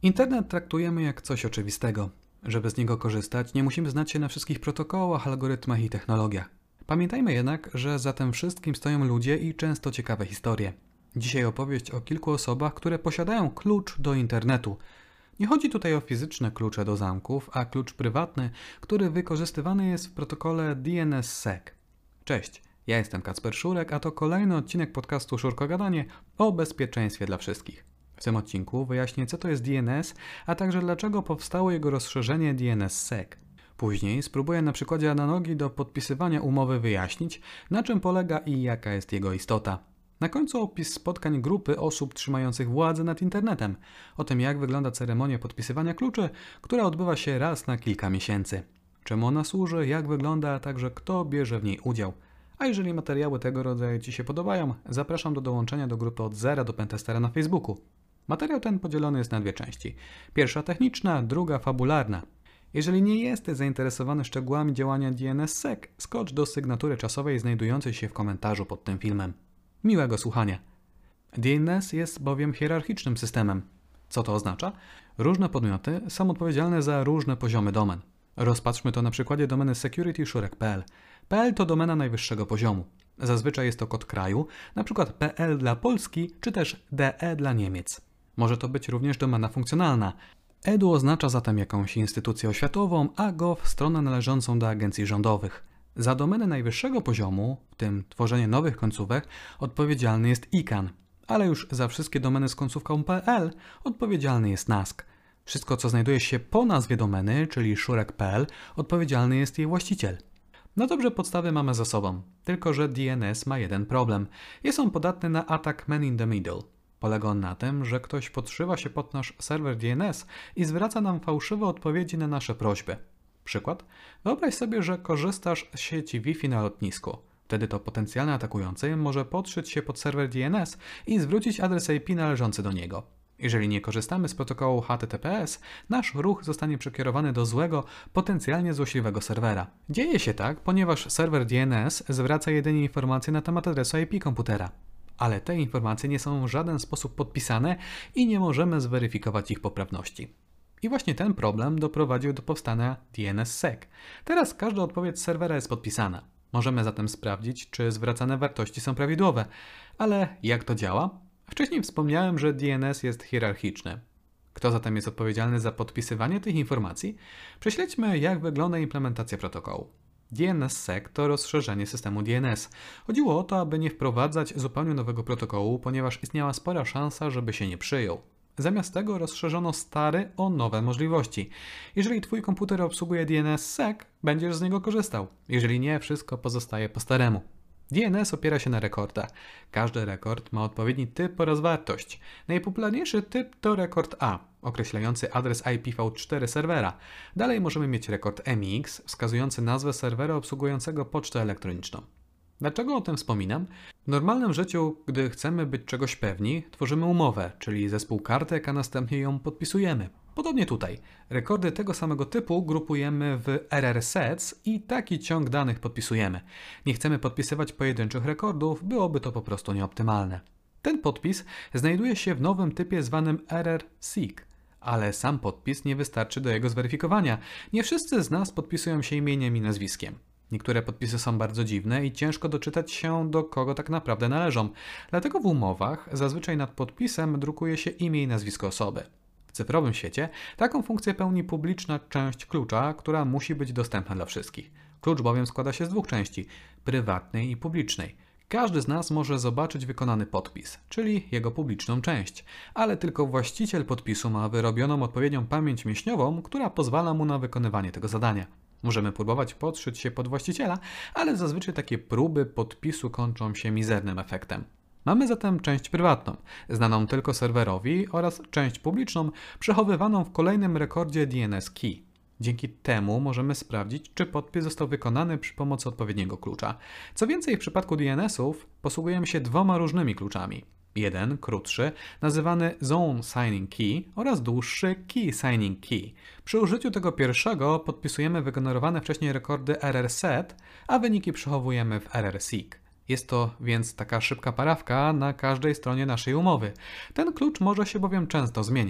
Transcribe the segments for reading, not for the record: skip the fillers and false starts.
Internet traktujemy jak coś oczywistego. Żeby z niego korzystać, nie musimy znać się na wszystkich protokołach, algorytmach i technologiach. Pamiętajmy jednak, że za tym wszystkim stoją ludzie i często ciekawe historie. Dzisiaj opowieść o kilku osobach, które posiadają klucz do internetu. Nie chodzi tutaj o fizyczne klucze do zamków, a klucz prywatny, który wykorzystywany jest w protokole DNSSEC. Cześć, ja jestem Kacper Szurek, a to kolejny odcinek podcastu Szurko Gadanie o bezpieczeństwie dla wszystkich. W tym odcinku wyjaśnię, co to jest DNS, a także dlaczego powstało jego rozszerzenie DNSSEC. Później spróbuję na przykładzie analogii do podpisywania umowy wyjaśnić, na czym polega i jaka jest jego istota. Na końcu opis spotkań grupy osób trzymających władzę nad internetem, o tym jak wygląda ceremonia podpisywania kluczy, która odbywa się raz na kilka miesięcy. Czemu ona służy, jak wygląda, a także kto bierze w niej udział. A jeżeli materiały tego rodzaju Ci się podobają, zapraszam do dołączenia do grupy od zera do Pentestera na Facebooku. Materiał ten podzielony jest na dwie części. Pierwsza techniczna, druga fabularna. Jeżeli nie jesteś zainteresowany szczegółami działania DNSSEC, skocz do sygnatury czasowej znajdującej się w komentarzu pod tym filmem. Miłego słuchania. DNS jest bowiem hierarchicznym systemem. Co to oznacza? Różne podmioty są odpowiedzialne za różne poziomy domen. Rozpatrzmy to na przykładzie domeny securityszurek.pl. PL to domena najwyższego poziomu. Zazwyczaj jest to kod kraju, np. PL dla Polski, czy też DE dla Niemiec. Może to być również domena funkcjonalna. EDU oznacza zatem jakąś instytucję oświatową, a GOV stronę należącą do agencji rządowych. Za domenę najwyższego poziomu, w tym tworzenie nowych końcówek, odpowiedzialny jest ICANN, ale już za wszystkie domeny z końcówką PL odpowiedzialny jest NASK. Wszystko, co znajduje się po nazwie domeny, czyli szurek.pl, odpowiedzialny jest jej właściciel. No dobrze, podstawy mamy za sobą, tylko że DNS ma jeden problem. Jest on podatny na atak man in the middle. Polega on na tym, że ktoś podszywa się pod nasz serwer DNS i zwraca nam fałszywe odpowiedzi na nasze prośby. Przykład? Wyobraź sobie, że korzystasz z sieci Wi-Fi na lotnisku. Wtedy to potencjalny atakujący może podszyć się pod serwer DNS i zwrócić adres IP należący do niego. Jeżeli nie korzystamy z protokołu HTTPS, nasz ruch zostanie przekierowany do złego, potencjalnie złośliwego serwera. Dzieje się tak, ponieważ serwer DNS zwraca jedynie informacje na temat adresu IP komputera. Ale te informacje nie są w żaden sposób podpisane i nie możemy zweryfikować ich poprawności. I właśnie ten problem doprowadził do powstania DNSSEC. Teraz każda odpowiedź serwera jest podpisana. Możemy zatem sprawdzić, czy zwracane wartości są prawidłowe. Ale jak to działa? Wcześniej wspomniałem, że DNS jest hierarchiczny. Kto zatem jest odpowiedzialny za podpisywanie tych informacji? Prześledźmy, jak wygląda implementacja protokołu. DNSSEC to rozszerzenie systemu DNS. Chodziło o to, aby nie wprowadzać zupełnie nowego protokołu, ponieważ istniała spora szansa, żeby się nie przyjął. Zamiast tego rozszerzono stary o nowe możliwości. Jeżeli Twój komputer obsługuje DNSSEC, będziesz z niego korzystał. Jeżeli nie, wszystko pozostaje po staremu. DNS opiera się na rekordach. Każdy rekord ma odpowiedni typ oraz wartość. Najpopularniejszy typ to rekord A, określający adres IPv4 serwera. Dalej możemy mieć rekord MX, wskazujący nazwę serwera obsługującego pocztę elektroniczną. Dlaczego o tym wspominam? W normalnym życiu, gdy chcemy być czegoś pewni, tworzymy umowę, czyli zespół kartek, a następnie ją podpisujemy. Podobnie tutaj. Rekordy tego samego typu grupujemy w RR-sets i taki ciąg danych podpisujemy. Nie chcemy podpisywać pojedynczych rekordów, byłoby to po prostu nieoptymalne. Ten podpis znajduje się w nowym typie zwanym RR-seek, ale sam podpis nie wystarczy do jego zweryfikowania. Nie wszyscy z nas podpisują się imieniem i nazwiskiem. Niektóre podpisy są bardzo dziwne i ciężko doczytać się, do kogo tak naprawdę należą. Dlatego w umowach zazwyczaj nad podpisem drukuje się imię i nazwisko osoby. W cyfrowym świecie taką funkcję pełni publiczna część klucza, która musi być dostępna dla wszystkich. Klucz bowiem składa się z dwóch części, prywatnej i publicznej. Każdy z nas może zobaczyć wykonany podpis, czyli jego publiczną część, ale tylko właściciel podpisu ma wyrobioną odpowiednią pamięć mięśniową, która pozwala mu na wykonywanie tego zadania. Możemy próbować podszyć się pod właściciela, ale zazwyczaj takie próby podpisu kończą się mizernym efektem. Mamy zatem część prywatną, znaną tylko serwerowi, oraz część publiczną, przechowywaną w kolejnym rekordzie DNS Key. Dzięki temu możemy sprawdzić, czy podpis został wykonany przy pomocy odpowiedniego klucza. Co więcej, w przypadku DNS-ów posługujemy się dwoma różnymi kluczami. Jeden, krótszy, nazywany Zone Signing Key oraz dłuższy Key Signing Key. Przy użyciu tego pierwszego podpisujemy wygenerowane wcześniej rekordy RR-set, a wyniki przechowujemy w RR-seek. Jest to więc taka szybka parawka na każdej stronie naszej umowy. Ten klucz może się bowiem często zmieniać.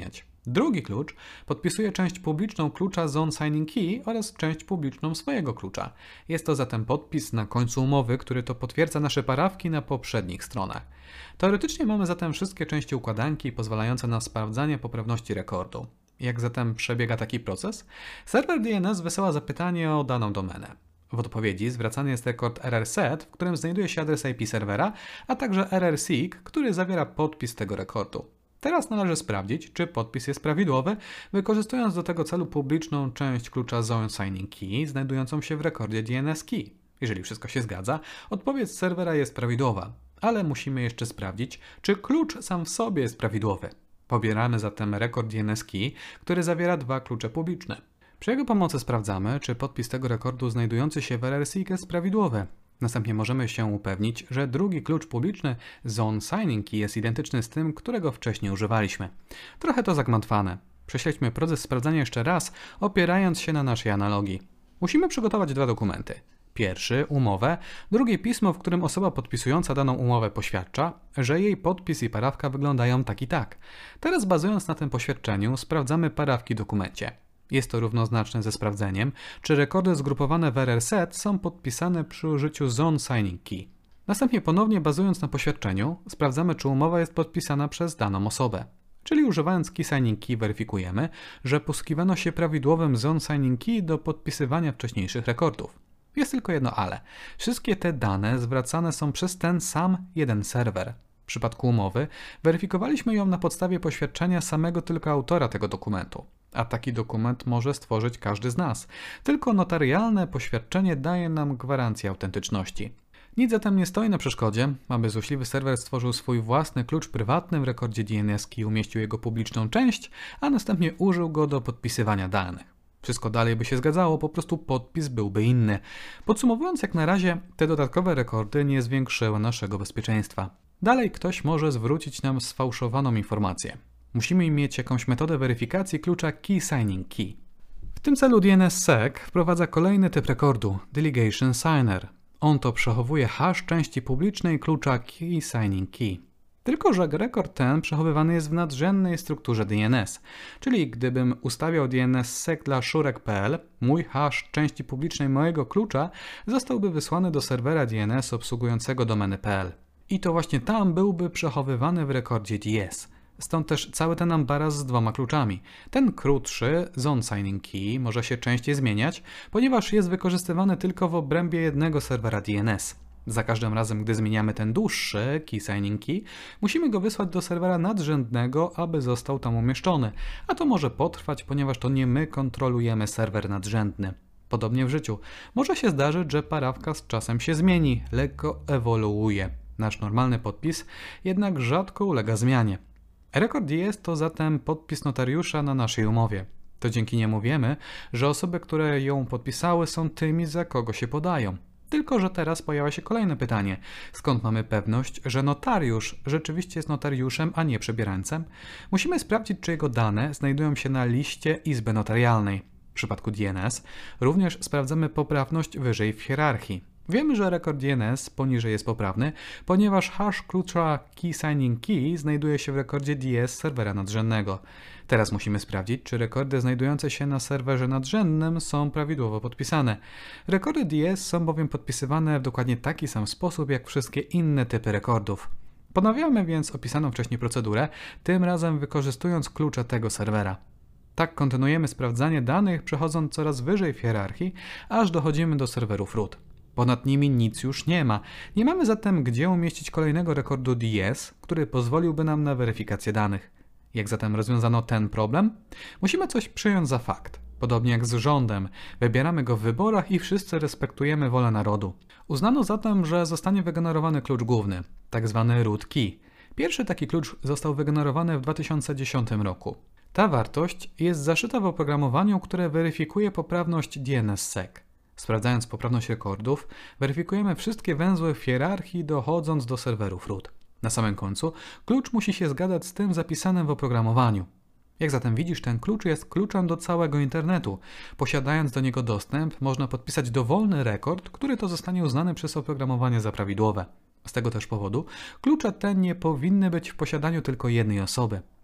Drugi klucz podpisuje część publiczną klucza Zone Signing Key oraz część publiczną swojego klucza. Jest to zatem podpis na końcu umowy, który to potwierdza nasze parafki na poprzednich stronach. Teoretycznie mamy zatem wszystkie części układanki pozwalające na sprawdzanie poprawności rekordu. Jak zatem przebiega taki proces? Serwer DNS wysyła zapytanie o daną domenę. W odpowiedzi zwracany jest rekord RRSet, w którym znajduje się adres IP serwera, a także RRSeek, który zawiera podpis tego rekordu. Teraz należy sprawdzić, czy podpis jest prawidłowy, wykorzystując do tego celu publiczną część klucza Zone Signing Key znajdującą się w rekordzie DNS Key. Jeżeli wszystko się zgadza, odpowiedź serwera jest prawidłowa, ale musimy jeszcze sprawdzić, czy klucz sam w sobie jest prawidłowy. Pobieramy zatem rekord DNS Key, który zawiera dwa klucze publiczne. Przy jego pomocy sprawdzamy, czy podpis tego rekordu znajdujący się w RRSeek jest prawidłowy. Następnie możemy się upewnić, że drugi klucz publiczny Zone Signing Key jest identyczny z tym, którego wcześniej używaliśmy. Trochę to zagmatwane. Prześledźmy proces sprawdzania jeszcze raz, opierając się na naszej analogii. Musimy przygotować dwa dokumenty. Pierwszy, umowę, drugie pismo, w którym osoba podpisująca daną umowę poświadcza, że jej podpis i parafka wyglądają tak i tak. Teraz bazując na tym poświadczeniu sprawdzamy parafki w dokumencie. Jest to równoznaczne ze sprawdzeniem, czy rekordy zgrupowane w RRSet są podpisane przy użyciu Zone Signing Key. Następnie ponownie bazując na poświadczeniu sprawdzamy, czy umowa jest podpisana przez daną osobę. Czyli używając Key Signing Key weryfikujemy, że posługiwano się prawidłowym Zone Signing Key do podpisywania wcześniejszych rekordów. Jest tylko jedno ale. Wszystkie te dane zwracane są przez ten sam jeden serwer. W przypadku umowy weryfikowaliśmy ją na podstawie poświadczenia samego tylko autora tego dokumentu. A taki dokument może stworzyć każdy z nas. Tylko notarialne poświadczenie daje nam gwarancję autentyczności. Nic zatem nie stoi na przeszkodzie, aby złośliwy serwer stworzył swój własny klucz prywatny w rekordzie DNS i umieścił jego publiczną część, a następnie użył go do podpisywania danych. Wszystko dalej by się zgadzało, po prostu podpis byłby inny. Podsumowując, jak na razie te dodatkowe rekordy nie zwiększyły naszego bezpieczeństwa. Dalej ktoś może zwrócić nam sfałszowaną informację. Musimy mieć jakąś metodę weryfikacji klucza Key Signing Key. W tym celu DNSSEC wprowadza kolejny typ rekordu – Delegation Signer. On to przechowuje hash części publicznej klucza Key Signing Key. Tylko że rekord ten przechowywany jest w nadrzędnej strukturze DNS. Czyli gdybym ustawiał DNSSEC dla szurek.pl, mój hash części publicznej mojego klucza zostałby wysłany do serwera DNS obsługującego domeny.pl. I to właśnie tam byłby przechowywany w rekordzie DS. Stąd też cały ten ambaras z dwoma kluczami. Ten krótszy, Zone Signing Key, może się częściej zmieniać, ponieważ jest wykorzystywany tylko w obrębie jednego serwera DNS. Za każdym razem, gdy zmieniamy ten dłuższy Key Signing Key, musimy go wysłać do serwera nadrzędnego, aby został tam umieszczony. A to może potrwać, ponieważ to nie my kontrolujemy serwer nadrzędny. Podobnie w życiu. Może się zdarzyć, że parafka z czasem się zmieni, lekko ewoluuje. Nasz normalny podpis jednak rzadko ulega zmianie. Rekord DS to zatem podpis notariusza na naszej umowie. To dzięki niemu wiemy, że osoby, które ją podpisały, są tymi, za kogo się podają. Tylko że teraz pojawia się kolejne pytanie. Skąd mamy pewność, że notariusz rzeczywiście jest notariuszem, a nie przebierańcem? Musimy sprawdzić, czy jego dane znajdują się na liście Izby Notarialnej. W przypadku DNS również sprawdzamy poprawność wyżej w hierarchii. Wiemy, że rekord DNS poniżej jest poprawny, ponieważ hash klucza Key Signing Key znajduje się w rekordzie DS serwera nadrzędnego. Teraz musimy sprawdzić, czy rekordy znajdujące się na serwerze nadrzędnym są prawidłowo podpisane. Rekordy DS są bowiem podpisywane w dokładnie taki sam sposób jak wszystkie inne typy rekordów. Ponawiamy więc opisaną wcześniej procedurę, tym razem wykorzystując klucze tego serwera. Tak kontynuujemy sprawdzanie danych, przechodząc coraz wyżej w hierarchii, aż dochodzimy do serwerów root. Ponad nimi nic już nie ma. Nie mamy zatem gdzie umieścić kolejnego rekordu DS, który pozwoliłby nam na weryfikację danych. Jak zatem rozwiązano ten problem? Musimy coś przyjąć za fakt. Podobnie jak z rządem. Wybieramy go w wyborach i wszyscy respektujemy wolę narodu. Uznano zatem, że zostanie wygenerowany klucz główny, tzw. root key. Pierwszy taki klucz został wygenerowany w 2010 roku. Ta wartość jest zaszyta w oprogramowaniu, które weryfikuje poprawność DNSSEC. Sprawdzając poprawność rekordów, weryfikujemy wszystkie węzły w hierarchii, dochodząc do serwerów root. Na samym końcu klucz musi się zgadzać z tym zapisanym w oprogramowaniu. Jak zatem widzisz, ten klucz jest kluczem do całego internetu. Posiadając do niego dostęp, można podpisać dowolny rekord, który to zostanie uznany przez oprogramowanie za prawidłowe. Z tego też powodu klucze te nie powinny być w posiadaniu tylko jednej osoby.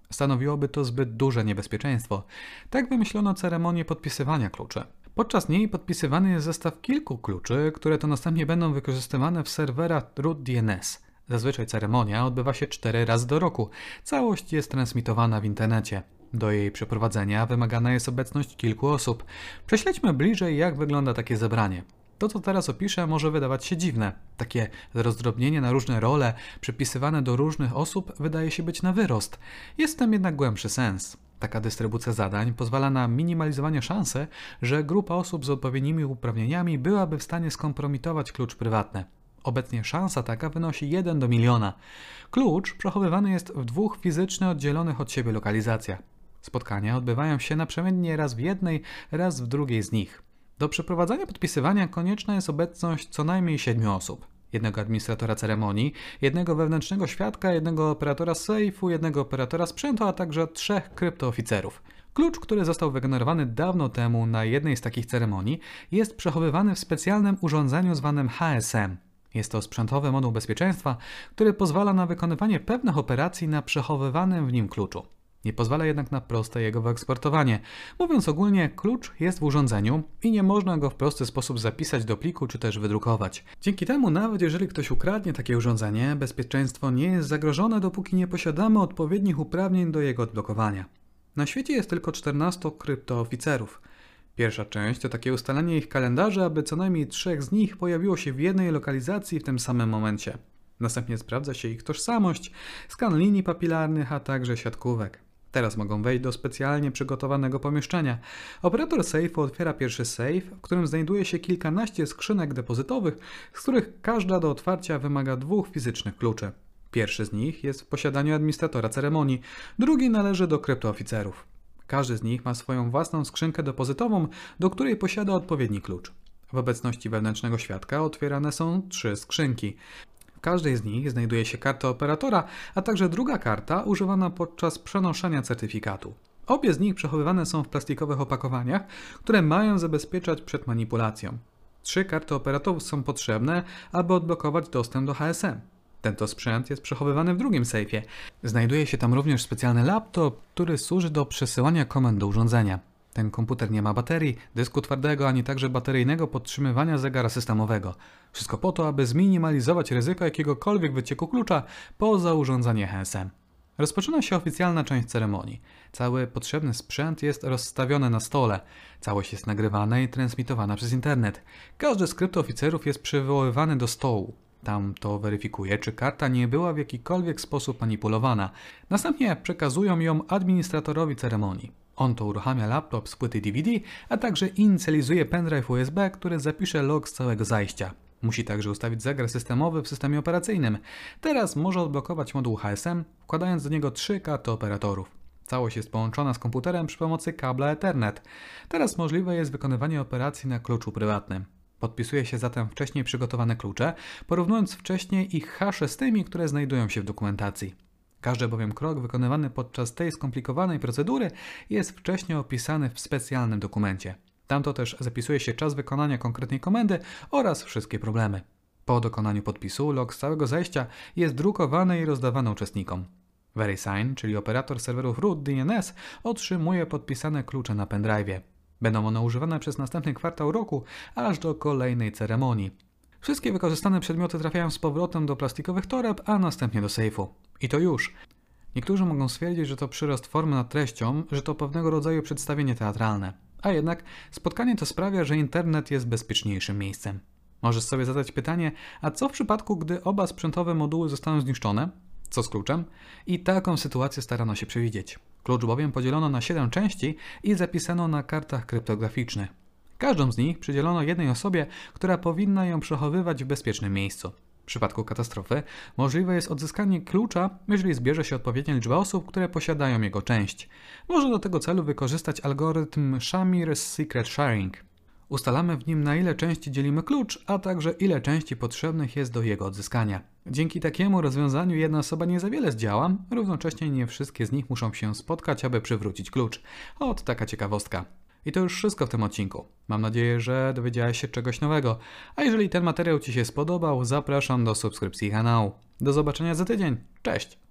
Stanowiłoby to zbyt duże niebezpieczeństwo. Tak wymyślono ceremonię podpisywania kluczy. Podczas niej podpisywany jest zestaw kilku kluczy, które to następnie będą wykorzystywane w serwerach root DNS. Zazwyczaj ceremonia odbywa się 4 razy do roku. Całość jest transmitowana w internecie. Do jej przeprowadzenia wymagana jest obecność kilku osób. Prześledźmy bliżej, jak wygląda takie zebranie. To, co teraz opiszę, może wydawać się dziwne. Takie rozdrobnienie na różne role, przypisywane do różnych osób, wydaje się być na wyrost. Jest w tym jednak głębszy sens. Taka dystrybucja zadań pozwala na minimalizowanie szansy, że grupa osób z odpowiednimi uprawnieniami byłaby w stanie skompromitować klucz prywatny. Obecnie szansa taka wynosi 1 do miliona. Klucz przechowywany jest w 2 fizycznie oddzielonych od siebie lokalizacjach. Spotkania odbywają się naprzemiennie raz w jednej, raz w drugiej z nich. Do przeprowadzania podpisywania konieczna jest obecność co najmniej 7 osób. Jednego administratora ceremonii, jednego wewnętrznego świadka, jednego operatora sejfu, jednego operatora sprzętu, a także 3 kryptooficerów. Klucz, który został wygenerowany dawno temu na jednej z takich ceremonii, jest przechowywany w specjalnym urządzeniu zwanym HSM. Jest to sprzętowy moduł bezpieczeństwa, który pozwala na wykonywanie pewnych operacji na przechowywanym w nim kluczu. Nie pozwala jednak na proste jego wyeksportowanie. Mówiąc ogólnie, klucz jest w urządzeniu i nie można go w prosty sposób zapisać do pliku czy też wydrukować. Dzięki temu, nawet jeżeli ktoś ukradnie takie urządzenie, bezpieczeństwo nie jest zagrożone, dopóki nie posiadamy odpowiednich uprawnień do jego odblokowania. Na świecie jest tylko 14 kryptooficerów. Pierwsza część to takie ustalenie ich kalendarzy, aby co najmniej 3 z nich pojawiło się w jednej lokalizacji w tym samym momencie. Następnie sprawdza się ich tożsamość, skan linii papilarnych, a także siatkówek. Teraz mogą wejść do specjalnie przygotowanego pomieszczenia. Operator sejfu otwiera pierwszy sejf, w którym znajduje się kilkanaście skrzynek depozytowych, z których każda do otwarcia wymaga 2 fizycznych kluczy. Pierwszy z nich jest w posiadaniu administratora ceremonii, drugi należy do kryptooficerów. Każdy z nich ma swoją własną skrzynkę depozytową, do której posiada odpowiedni klucz. W obecności wewnętrznego świadka otwierane są 3 skrzynki. W każdej z nich znajduje się karta operatora, a także druga karta używana podczas przenoszenia certyfikatu. Obie z nich przechowywane są w plastikowych opakowaniach, które mają zabezpieczać przed manipulacją. 3 karty operatorów są potrzebne, aby odblokować dostęp do HSM. Ten to sprzęt jest przechowywany w drugim sejfie. Znajduje się tam również specjalny laptop, który służy do przesyłania komend do urządzenia. Ten komputer nie ma baterii, dysku twardego, ani także bateryjnego podtrzymywania zegara systemowego. Wszystko po to, aby zminimalizować ryzyko jakiegokolwiek wycieku klucza poza urządzenie HSM. Rozpoczyna się oficjalna część ceremonii. Cały potrzebny sprzęt jest rozstawiony na stole. Całość jest nagrywana i transmitowana przez internet. Każdy z kryptooficerów jest przywoływany do stołu. Tam to weryfikuje, czy karta nie była w jakikolwiek sposób manipulowana. Następnie przekazują ją administratorowi ceremonii. On to uruchamia laptop z płyty DVD, a także inicjalizuje pendrive USB, który zapisze log z całego zajścia. Musi także ustawić zegar systemowy w systemie operacyjnym. Teraz może odblokować moduł HSM, wkładając do niego 3 karty operatorów. Całość jest połączona z komputerem przy pomocy kabla Ethernet. Teraz możliwe jest wykonywanie operacji na kluczu prywatnym. Podpisuje się zatem wcześniej przygotowane klucze, porównując wcześniej ich hasze z tymi, które znajdują się w dokumentacji. Każdy bowiem krok wykonywany podczas tej skomplikowanej procedury jest wcześniej opisany w specjalnym dokumencie. Tamto też zapisuje się czas wykonania konkretnej komendy oraz wszystkie problemy. Po dokonaniu podpisu log z całego zajścia jest drukowany i rozdawany uczestnikom. VeriSign, czyli operator serwerów root DNS, otrzymuje podpisane klucze na pendrive'ie. Będą one używane przez następny kwartał roku, aż do kolejnej ceremonii. Wszystkie wykorzystane przedmioty trafiają z powrotem do plastikowych toreb, a następnie do sejfu. I to już. Niektórzy mogą stwierdzić, że to przyrost formy nad treścią, że to pewnego rodzaju przedstawienie teatralne. A jednak spotkanie to sprawia, że internet jest bezpieczniejszym miejscem. Możesz sobie zadać pytanie, a co w przypadku, gdy oba sprzętowe moduły zostaną zniszczone? Co z kluczem? I taką sytuację starano się przewidzieć. Klucz bowiem podzielono na 7 części i zapisano na kartach kryptograficznych. Każdą z nich przydzielono jednej osobie, która powinna ją przechowywać w bezpiecznym miejscu. W przypadku katastrofy możliwe jest odzyskanie klucza, jeżeli zbierze się odpowiednia liczba osób, które posiadają jego część. Można do tego celu wykorzystać algorytm Shamir's Secret Sharing. Ustalamy w nim, na ile części dzielimy klucz, a także ile części potrzebnych jest do jego odzyskania. Dzięki takiemu rozwiązaniu jedna osoba nie za wiele zdziała, równocześnie nie wszystkie z nich muszą się spotkać, aby przywrócić klucz. Ot, taka ciekawostka. I to już wszystko w tym odcinku. Mam nadzieję, że dowiedziałeś się czegoś nowego. A jeżeli ten materiał Ci się spodobał, zapraszam do subskrypcji kanału. Do zobaczenia za tydzień. Cześć!